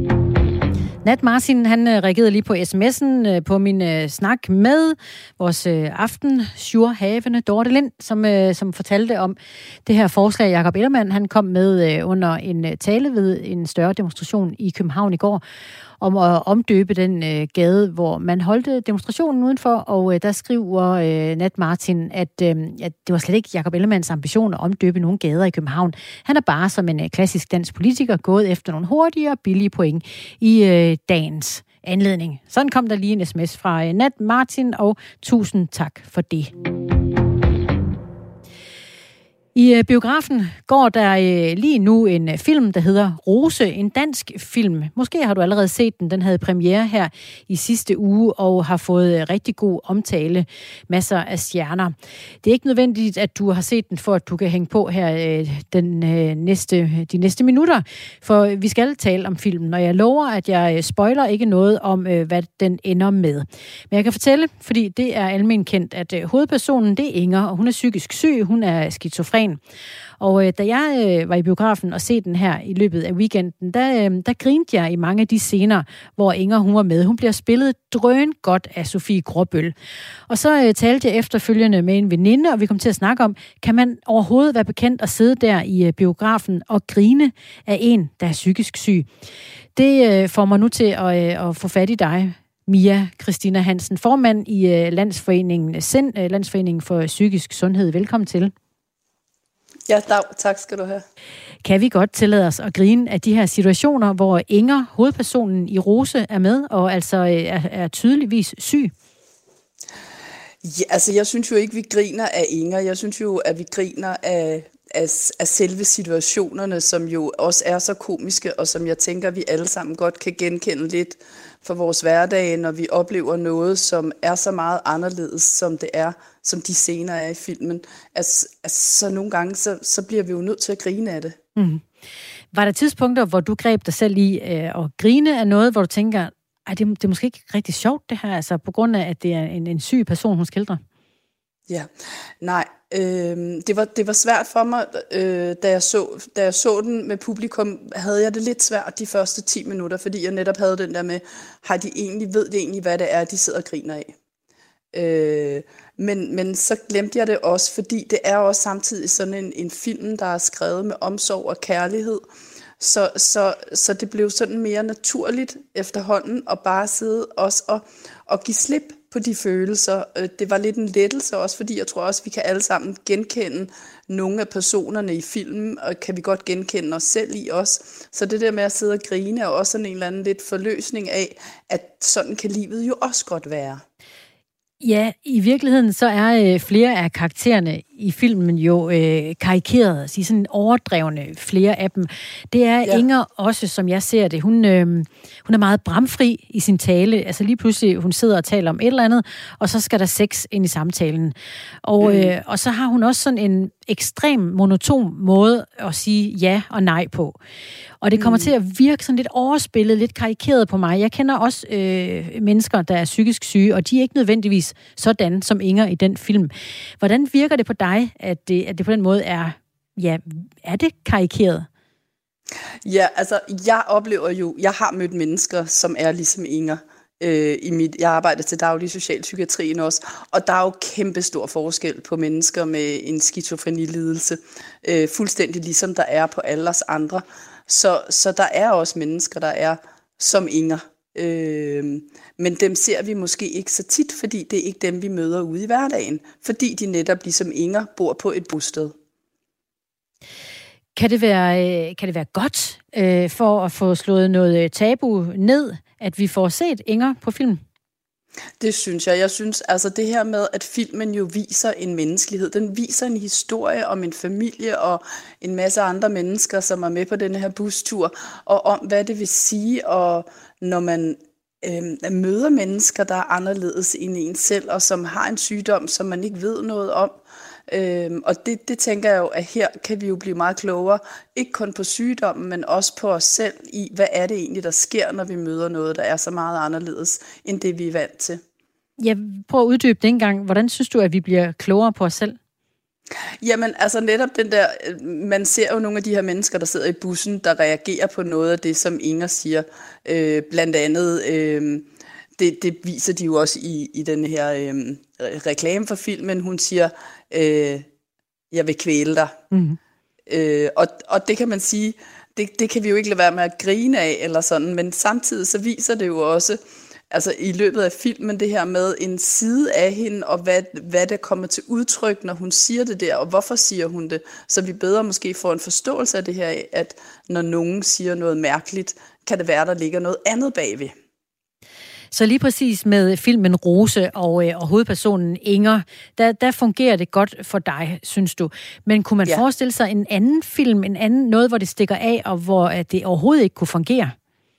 Nat Martin, han reagerede lige på sms'en på min snak med vores aften surhavende Dorte Lind, som, som fortalte om det her forslag, Jakob Ellemann, han kom med under en tale ved en større demonstration i København i går, om at omdøbe den øh, gade, hvor man holdte demonstrationen udenfor, og øh, der skriver øh, Nat Martin, at, øh, at det var slet ikke Jakob Ellemanns ambition at omdøbe nogle gader i København. Han er bare som en øh, klassisk dansk politiker gået efter nogle hurtige og billige point i øh, dagens anledning. Sådan kom der lige en sms fra øh, Nat Martin, og tusind tak for det. I biografen går der lige nu en film, der hedder Rose, en dansk film. Måske har du allerede set den. Den havde premiere her i sidste uge og har fået rigtig god omtale. Masser af stjerner. Det er ikke nødvendigt, at du har set den, for at du kan hænge på her den næste, de næste minutter. For vi skal tale om filmen, og jeg lover, at jeg spoiler ikke noget om, hvad den ender med. Men jeg kan fortælle, fordi det er almen kendt, at hovedpersonen, det er Inger, og hun er psykisk syg. Hun er skizofren. Og øh, da jeg øh, var i biografen og se den her i løbet af weekenden, der, øh, der grinte jeg i mange af de scener, hvor Inger hun var med. Hun bliver spillet drøn godt af Sofie Gråbøl. Og så øh, talte jeg efterfølgende med en veninde, og vi kom til at snakke om, kan man overhovedet være bekendt at sidde der i øh, biografen og grine af en, der er psykisk syg? Det øh, får mig nu til at, øh, at få fat i dig, Mia Christina Hansen, formand i øh, Landsforeningen, Sind, øh, Landsforeningen for Psykisk Sundhed. Velkommen til. Ja, dag. Tak skal du have. Kan vi godt tillade os at grine af de her situationer, hvor Inger, hovedpersonen i Rose, er med, og altså er, er tydeligvis syg? Ja, altså jeg synes jo ikke, vi griner af Inger. Jeg synes jo, at vi griner af, af, af selve situationerne, som jo også er så komiske, og som jeg tænker, vi alle sammen godt kan genkende lidt for vores hverdag, når vi oplever noget, som er så meget anderledes, som det er, som de scener er i filmen. Altså, altså så nogle gange, så, så bliver vi jo nødt til at grine af det. Mm. Var der tidspunkter, hvor du greb dig selv i øh, at grine af noget, hvor du tænker, at det, det er måske ikke rigtig sjovt det her, altså på grund af, at det er en, en syg person, hun skildrer? Ja, nej. Øh, det, var, det var svært for mig, øh, da, jeg så, da jeg så den med publikum, havde jeg det lidt svært de første ti minutter, fordi jeg netop havde den der med, har de egentlig, ved de egentlig, hvad det er, de sidder og griner af. Øh, men, men så glemte jeg det også, fordi det er også samtidig sådan en, en film, der er skrevet med omsorg og kærlighed, så, så, så det blev sådan mere naturligt efterhånden at bare sidde også og, og give slip på de følelser. Det var lidt en lettelse også, fordi jeg tror også, vi kan alle sammen genkende nogle af personerne i filmen, og kan vi godt genkende os selv i os. Så det der med at sidde og grine er også sådan en eller anden lidt forløsning af, at sådan kan livet jo også godt være. Ja, i virkeligheden så er øh, flere af karaktererne i filmen jo øh, karikerede, altså sådan overdrevne, flere af dem. Det er ja. Inger også, som jeg ser det. Hun, øh, hun er meget bramfri i sin tale. Altså lige pludselig, hun sidder og taler om et eller andet, og så skal der sex ind i samtalen. Og, mm. øh, og så har hun også sådan en ekstrem monoton måde at sige ja og nej på. Og det kommer mm. til at virke sådan lidt overspillet, lidt karikeret på mig. Jeg kender også øh, mennesker, der er psykisk syge, og de er ikke nødvendigvis sådan som Inger i den film. Hvordan virker det på dig, at det, at det på den måde er, ja, er det karikeret? Ja, altså jeg oplever jo, jeg har mødt mennesker, som er ligesom Inger. Øh, i mit, jeg arbejder til daglig i socialpsykiatrien også, og der er jo kæmpe stor forskel på mennesker med en skizofrenilidelse, øh, fuldstændig ligesom der er på alle os andre. Så, så der er også mennesker, der er som Inger. Øh, men dem ser vi måske ikke så tit, fordi det er ikke dem, vi møder ude i hverdagen. Fordi de netop ligesom Inger bor på et bosted. Kan det være, kan det være godt øh, for at få slået noget tabu ned, at vi får set Inger på film? Det synes jeg. Jeg synes altså det her med, at filmen jo viser en menneskelighed. Den viser en historie om en familie og en masse andre mennesker, som er med på denne her bustur, og om hvad det vil sige, og når man øh, møder mennesker, der er anderledes end en selv, og som har en sygdom, som man ikke ved noget om. Øhm, og det, det tænker jeg jo, at her kan vi jo blive meget klogere, ikke kun på sygdommen, men også på os selv i, hvad er det egentlig, der sker, når vi møder noget, der er så meget anderledes, end det vi er vant til. Jeg prøver at uddybe det en gang. Hvordan synes du, at vi bliver klogere på os selv? Jamen, altså netop den der, man ser jo nogle af de her mennesker, der sidder i bussen, der reagerer på noget af det, som Inger siger. Øh, blandt andet, øh, det, det viser de jo også i, i den her øh, reklame for filmen. Hun siger, øh, jeg vil kvæle dig. Mm-hmm. Øh, og, og det kan man sige, det, det kan vi jo ikke lade være med at grine af, eller sådan, men samtidig så viser det jo også, altså i løbet af filmen, det her med en side af hende, og hvad, hvad der kommer til udtryk, når hun siger det der, og hvorfor siger hun det, så vi bedre måske får en forståelse af det her, at når nogen siger noget mærkeligt, kan det være, der ligger noget andet bagved. Så lige præcis med filmen Rose og, øh, og hovedpersonen Inger, der, der fungerer det godt for dig, synes du. Men kunne man ja. forestille sig en anden film, en anden noget, hvor det stikker af, og hvor at det overhovedet ikke kunne fungere?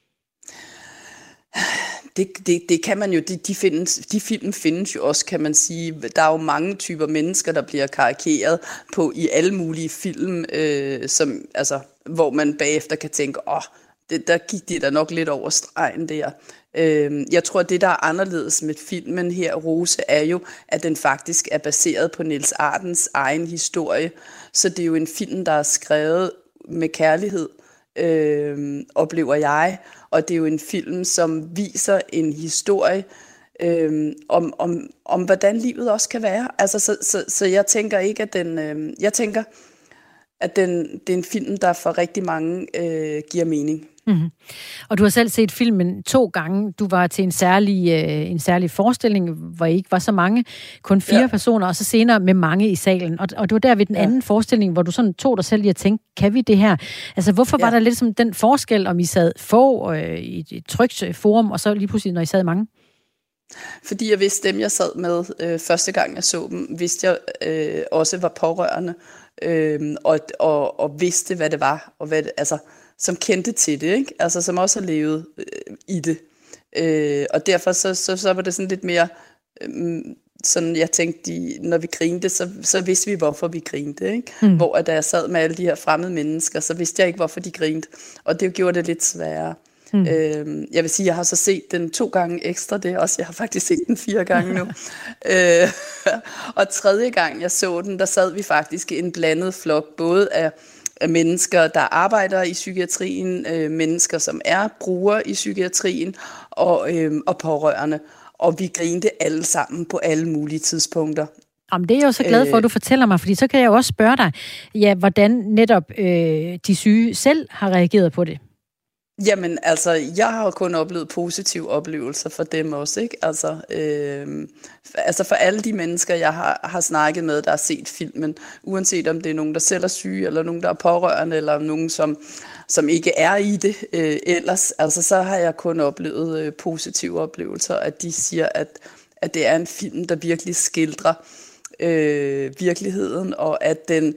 Det, det, det kan man jo, de, de, findes, de film findes jo også, kan man sige. Der er jo mange typer mennesker, der bliver karikeret på i alle mulige film, øh, som, altså, hvor man bagefter kan tænke, åh, oh, det, der gik de da nok lidt over stregen der. Øh, jeg tror, det der er anderledes med filmen her, Rose, er jo, at den faktisk er baseret på Niels Ardens egen historie. Så det er jo en film, der er skrevet med kærlighed, øh, oplever jeg. Og det er jo en film, som viser en historie øh, om, om, om, hvordan livet også kan være. Altså, så, så, så jeg tænker ikke, at den, øh, jeg tænker, at den, det er en film, der for rigtig mange øh, giver mening. Mm-hmm. Og du har selv set filmen to gange. Du var til en særlig, øh, en særlig forestilling, hvor I ikke var så mange, kun fire ja. personer, og så senere med mange i salen. Og, og du var der ved den ja. anden forestilling, hvor du sådan tog dig selv i at tænke, kan vi det her? Altså, hvorfor ja. var der lidt som den forskel, om I sad få øh, i et trygt forum, og så lige pludselig, når I sad mange? Fordi jeg vidste, dem jeg sad med øh, første gang jeg så dem, vidste jeg øh, også var pårørende, øh, og, og, og vidste, hvad det var, og hvad det, altså, som kendte til det, ikke? Altså, som også har levet øh, i det. Øh, og derfor så, så, så var det sådan lidt mere, øh, sådan jeg tænkte, de, når vi grinede, så, så vidste vi, hvorfor vi grinede, ikke? Mm. Hvor at da jeg sad med alle de her fremmede mennesker, så vidste jeg ikke, hvorfor de grinede. Og det gjorde det lidt sværere. Mm. Øh, jeg vil sige, jeg har så set den to gange ekstra, det også. Jeg har faktisk set den fire gange nu. øh, og tredje gang jeg så den, der sad vi faktisk i en blandet flok, både af mennesker, der arbejder i psykiatrien, øh, mennesker, som er brugere i psykiatrien, og, øh, og pårørende. Og vi grinte alle sammen på alle mulige tidspunkter. Jamen, det er jeg jo så glad for, at du fortæller mig, fordi så kan jeg jo også spørge dig, ja, hvordan netop øh, de syge selv har reageret på det. Jamen, altså, jeg har jo kun oplevet positive oplevelser for dem også, ikke? Altså, øh, altså for alle de mennesker, jeg har, har snakket med, der har set filmen, uanset om det er nogen, der selv er syge, eller nogen, der er pårørende, eller nogen, som, som ikke er i det øh, ellers, altså, så har jeg kun oplevet øh, positive oplevelser, at de siger, at, at det er en film, der virkelig skildrer øh, virkeligheden, og at den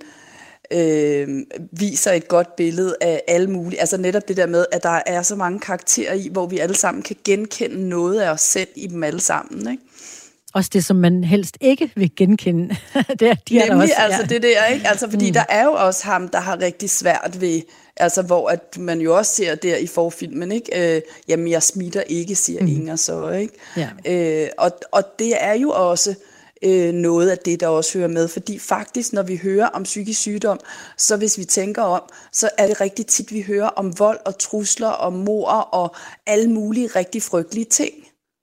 Øh, viser et godt billede af alle mulige, altså netop det der med, at der er så mange karakterer i, hvor vi alle sammen kan genkende noget af os selv i dem alle sammen, ikke? Også det, som man helst ikke vil genkende. det er, de er Nemlig, også, altså ja. det der, ikke? Altså fordi mm. der er jo også ham, der har rigtig svært ved, altså hvor at man jo også ser der i forfilmen, ikke? Øh, jamen jeg smitter ikke, siger mm. Inger så, ikke? Ja. Øh, og, og det er jo også noget af det, der også hører med. Fordi faktisk, når vi hører om psykisk sygdom, så hvis vi tænker om, så er det rigtig tit, vi hører om vold og trusler og mord og alle mulige rigtig frygtelige ting.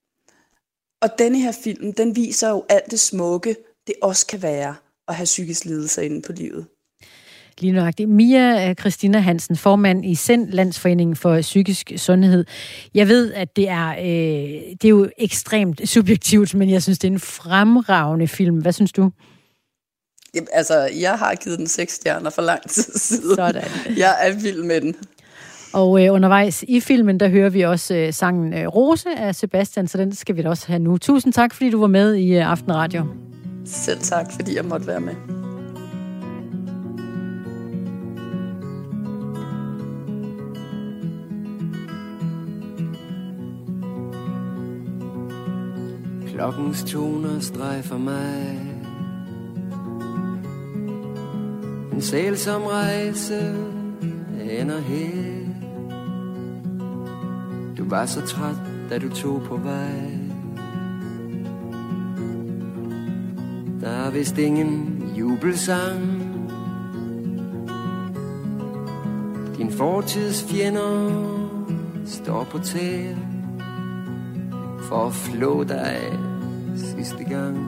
Og denne her film, den viser jo alt det smukke, det også kan være at have psykisk lidelse inde på livet. Lige nøjagtigt. Mia Christina Hansen, formand i SEND, Landsforeningen for Psykisk Sundhed. Jeg ved, at det er, øh, det er jo ekstremt subjektivt, men jeg synes, det er en fremragende film. Hvad synes du? Jamen, altså, jeg har givet den seks stjerner for lang tid siden. Sådan. Jeg er vild med den. Og øh, undervejs i filmen, der hører vi også øh, sangen øh, Rose af Sebastian, så den skal vi da også have nu. Tusind tak, fordi du var med i øh, Aftenradio. Selv tak, fordi jeg måtte være med. Klokkens toner strejfer mig. En sælsom rejse ender her. Du var så træt, da du tog på vej. Der er vist ingen jubelsang. Din fortids fjender står på tæer for at flå dig sidste gang.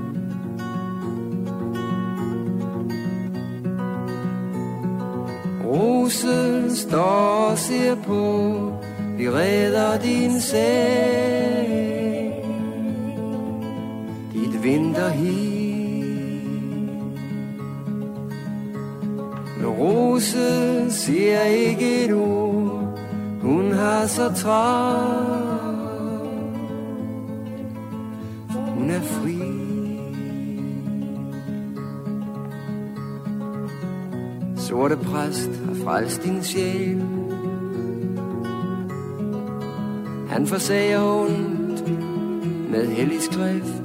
Rose står og ser på, vi redder din sag, dit vinterhit. Men Rose siger ikke et ord, hun har så travlt. sorte præst har frelst din sjæl. Han forsager ondt med hellig skrift.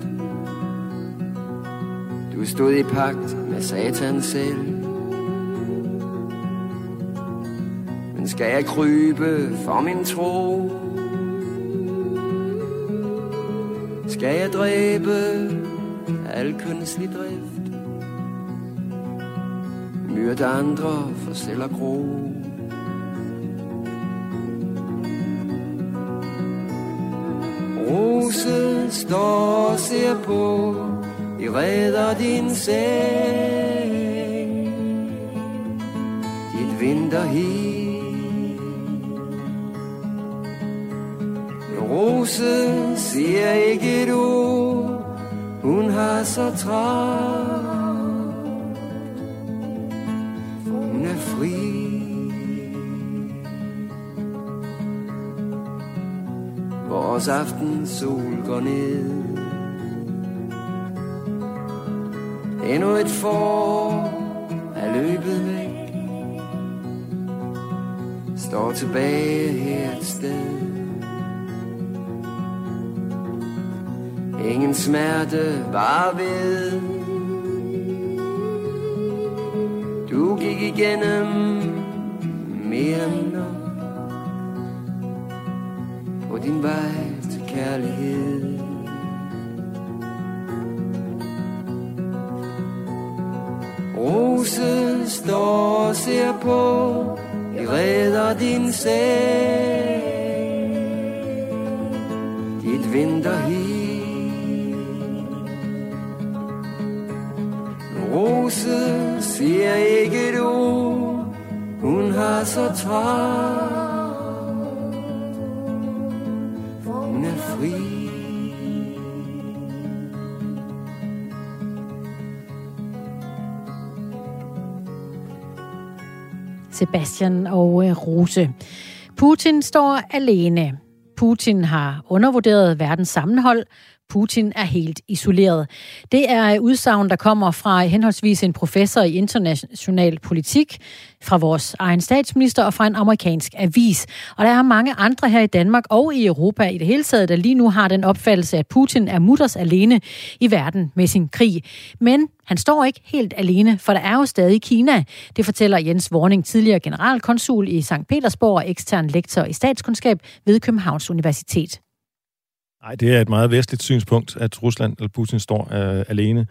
Du stod i pagt med Satan selv. Men skal jeg krybe for min tro? Skal jeg dræbe al kønslig drift? Myrde andre for selv at gro? Rose står og ser på, I redder din seng, dit vinterhi. Rose siger ikke et ord, hun har så travlt, hun er fri. Vores aftens sol går ned, endnu et får er løbet væk, står tilbage her et sted. Ingen smerte var ved. Du gik igennem mere end nok på din vej til kærlighed. Rose står og ser på, I redder din seng, dit vinterhi. Rose siger ikke et ord, hun har så travlt, hun er fri. Sebastian og Rose. Putin står alene. Putin har undervurderet verdens sammenhold. Putin er helt isoleret. Det er udsagn, der kommer fra henholdsvis en professor i international politik, fra vores egen statsminister og fra en amerikansk avis. Og der er mange andre her i Danmark og i Europa i det hele taget, der lige nu har den opfattelse, at Putin er mutters alene i verden med sin krig. Men han står ikke helt alene, for der er jo stadig Kina. Det fortæller Jens Worning, tidligere generalkonsul i Sankt Petersborg og ekstern lektor i statskundskab ved Københavns Universitet. Nej, det er et meget vestligt synspunkt, at Rusland eller Putin står øh, alene.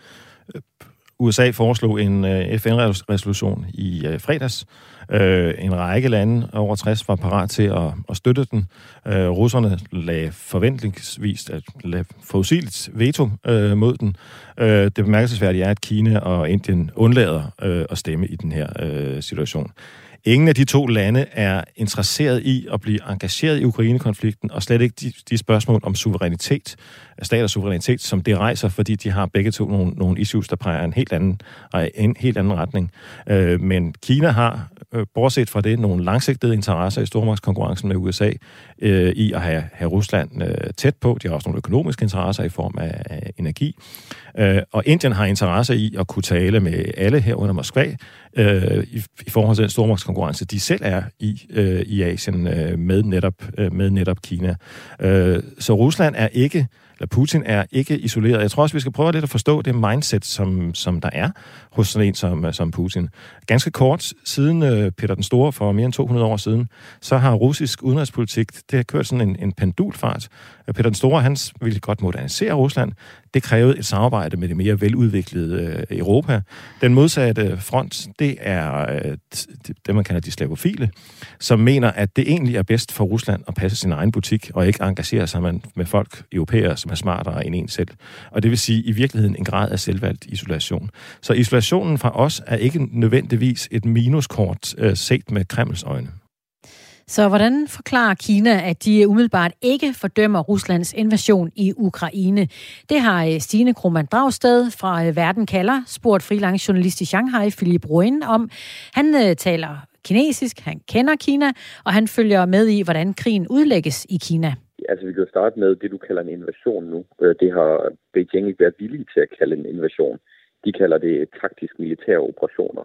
U S A foreslog en øh, F N-resolution i øh, fredags. Øh, en række lande over tres var parat til at, at støtte den. Øh, russerne lagde forventningsvis at lagde forudsigeligt veto øh, mod den. Øh, det bemærkelsesværdige er, at Kina og Indien undlader øh, at stemme i den her øh, situation. Ingen af de to lande er interesseret i at blive engageret i Ukraine-konflikten, og slet ikke de, de spørgsmål om suverænitet, staters suverænitet, som det rejser, fordi de har begge to nogle, nogle issues, der peger en helt anden, en helt anden retning. Øh, men Kina har, øh, bortset fra det, nogle langsigtede interesser i stormagtskonkurrencen med U S A, øh, i at have, have Rusland øh, tæt på. De har også nogle økonomiske interesser i form af, af energi. Øh, og Indien har interesse i at kunne tale med alle her under Moskva, øh, i, i forhold til den stormagtskonkurrence, de selv er i øh, i Asien øh, med, netop, øh, med netop Kina. Øh, så Rusland er ikke, eller Putin er ikke isoleret. Jeg tror også, vi skal prøve lidt at forstå det mindset, som, som der er hos sådan en som, som Putin. Ganske kort siden øh, Peter den Store, for mere end to hundrede år siden, så har russisk udenrigspolitik, det har kørt sådan en, en pendulfart. Peter den Store, han ville godt modernisere Rusland. Det krævede et samarbejde med det mere veludviklede øh, Europa. Den modsatte front, det er øh, det, man kalder de slavofile, som mener, at det egentlig er bedst for Rusland at passe sin egen butik, og ikke engagere sig med, med folk, europæere, som er smartere end en selv. Og det vil sige i virkeligheden en grad af selvvalgt isolation. Så isolationen fra os er ikke nødvendigvis et minuskort øh, set med Kremls øjne. Så hvordan forklarer Kina, at de umiddelbart ikke fordømmer Ruslands invasion i Ukraine? Det har Stine Krohmann Dragsted fra Verden kalder spurgt freelance journalist i Shanghai, Philip Ruin, om. Han øh, taler kinesisk, han kender Kina, og han følger med i, hvordan krigen udlægges i Kina. Altså, vi kan starte med det, du kalder en invasion nu. Det har Beijing ikke været villige til at kalde en invasion. De kalder det taktisk militære operationer.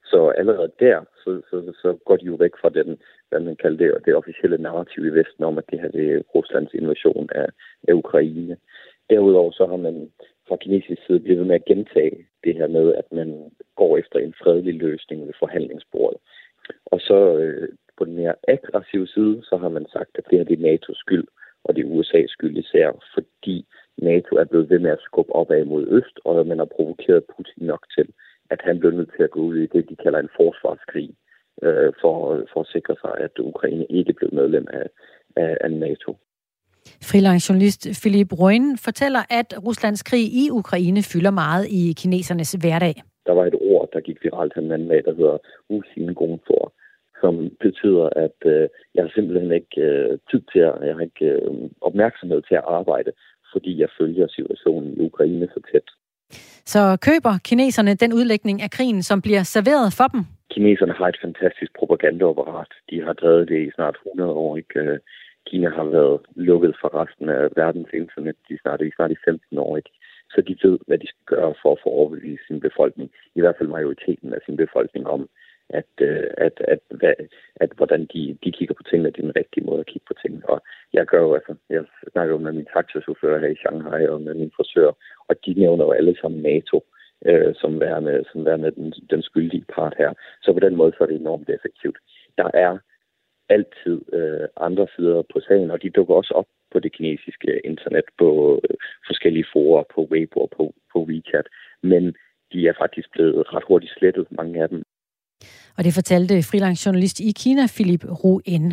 Så allerede der, så, så, så går de jo væk fra den, hvad man kalder det, det officielle narrativ i Vesten om, at det her det er Ruslands invasion af, af Ukraine. Derudover så har man fra kinesisk side blevet ved med at gentage det her med, at man går efter en fredelig løsning ved forhandlingsbordet. Og så øh, på den mere aggressive side, så har man sagt, at det her det er N A T O's skyld, og det er U S A's skyld især, fordi NATO er blevet ved med at skubbe opad mod øst, og man har provokeret Putin nok til, at han blev nødt til at gå ud i det, de kalder en forsvarskrig, øh, for, for at sikre sig, at Ukraine ikke blev medlem af, af, af NATO. Freelance journalist Philippe Ruin fortæller, at Ruslands krig i Ukraine fylder meget i kinesernes hverdag. Der var et ord, der gik viralt en anden dag, der hedder Usingonfor, som betyder, at øh, jeg har simpelthen ikke øh, tid til at, jeg har ikke øh, opmærksomhed til at arbejde, fordi jeg følger situationen i Ukraine så tæt. Så køber kineserne den udlægning af krigen, som bliver serveret for dem? Kineserne har et fantastisk propagandaapparat. De har drevet det i snart hundrede år, ikke? Kina har været lukket for resten af verdens internet. De er snart, de er snart i femten år, ikke? Så de ved, hvad de skal gøre for at få overbevist sin befolkning. I hvert fald majoriteten af sin befolkning om, at, at, at, at, at hvordan de, de kigger på tingene, det er den rigtige måde at kigge på tingene. Og jeg gør jo, altså, jeg snakker jo med min taxachauffør her i Shanghai og med min frisør, og de nævner jo alle sammen NATO øh, som værende, som værende den, den skyldige part her. Så på den måde så er det enormt effektivt. Der er altid øh, andre sider på sagen, og de dukker også op på det kinesiske internet, på øh, forskellige forer, på Weibo og på, på WeChat. Men de er faktisk blevet ret hurtigt slettet, mange af dem. Og det fortalte freelance journalist i Kina, Philippe Ruin.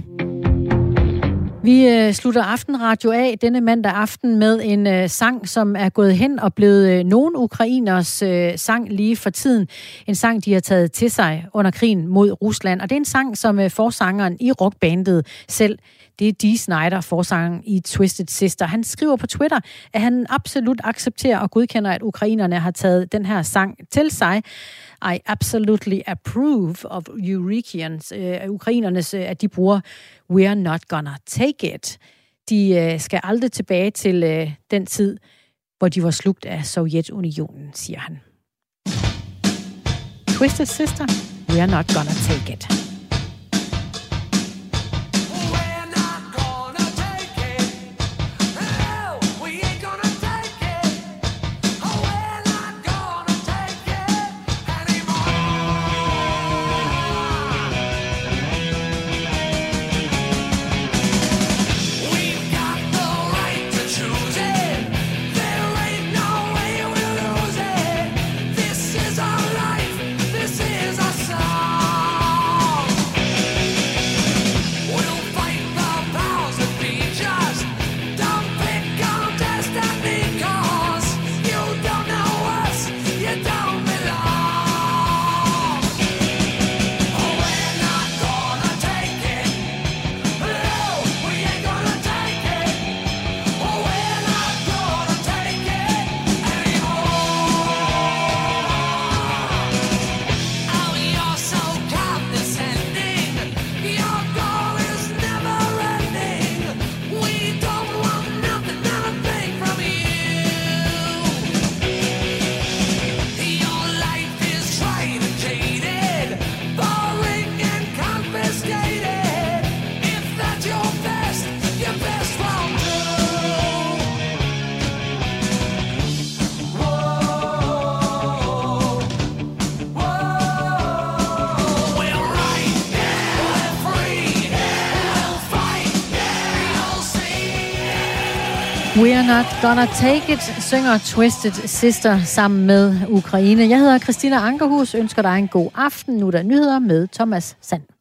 Vi øh, slutter Aftenradio af denne mandag aften med en øh, sang, som er gået hen og blevet øh, nogen ukrainers øh, sang lige for tiden. En sang, de har taget til sig under krigen mod Rusland. Og det er en sang, som øh, forsangeren i rockbandet selv, det er Dee Snider, forsangeren i Twisted Sister. Han skriver på Twitter, at han absolut accepterer og godkender, at ukrainerne har taget den her sang til sig. I absolutely approve of Eurekians, øh, ukrainernes, øh, at de bruger We're not gonna take it. De øh, skal aldrig tilbage til øh, den tid, hvor de var slugt af Sovjetunionen, siger han. Twisted Sister, We're not gonna take it. We're not gonna take it, synger Twisted Sister sammen med Ukraine. Jeg hedder Christina Ankerhus, ønsker dig en god aften. Nu er der nyheder med Thomas Sand.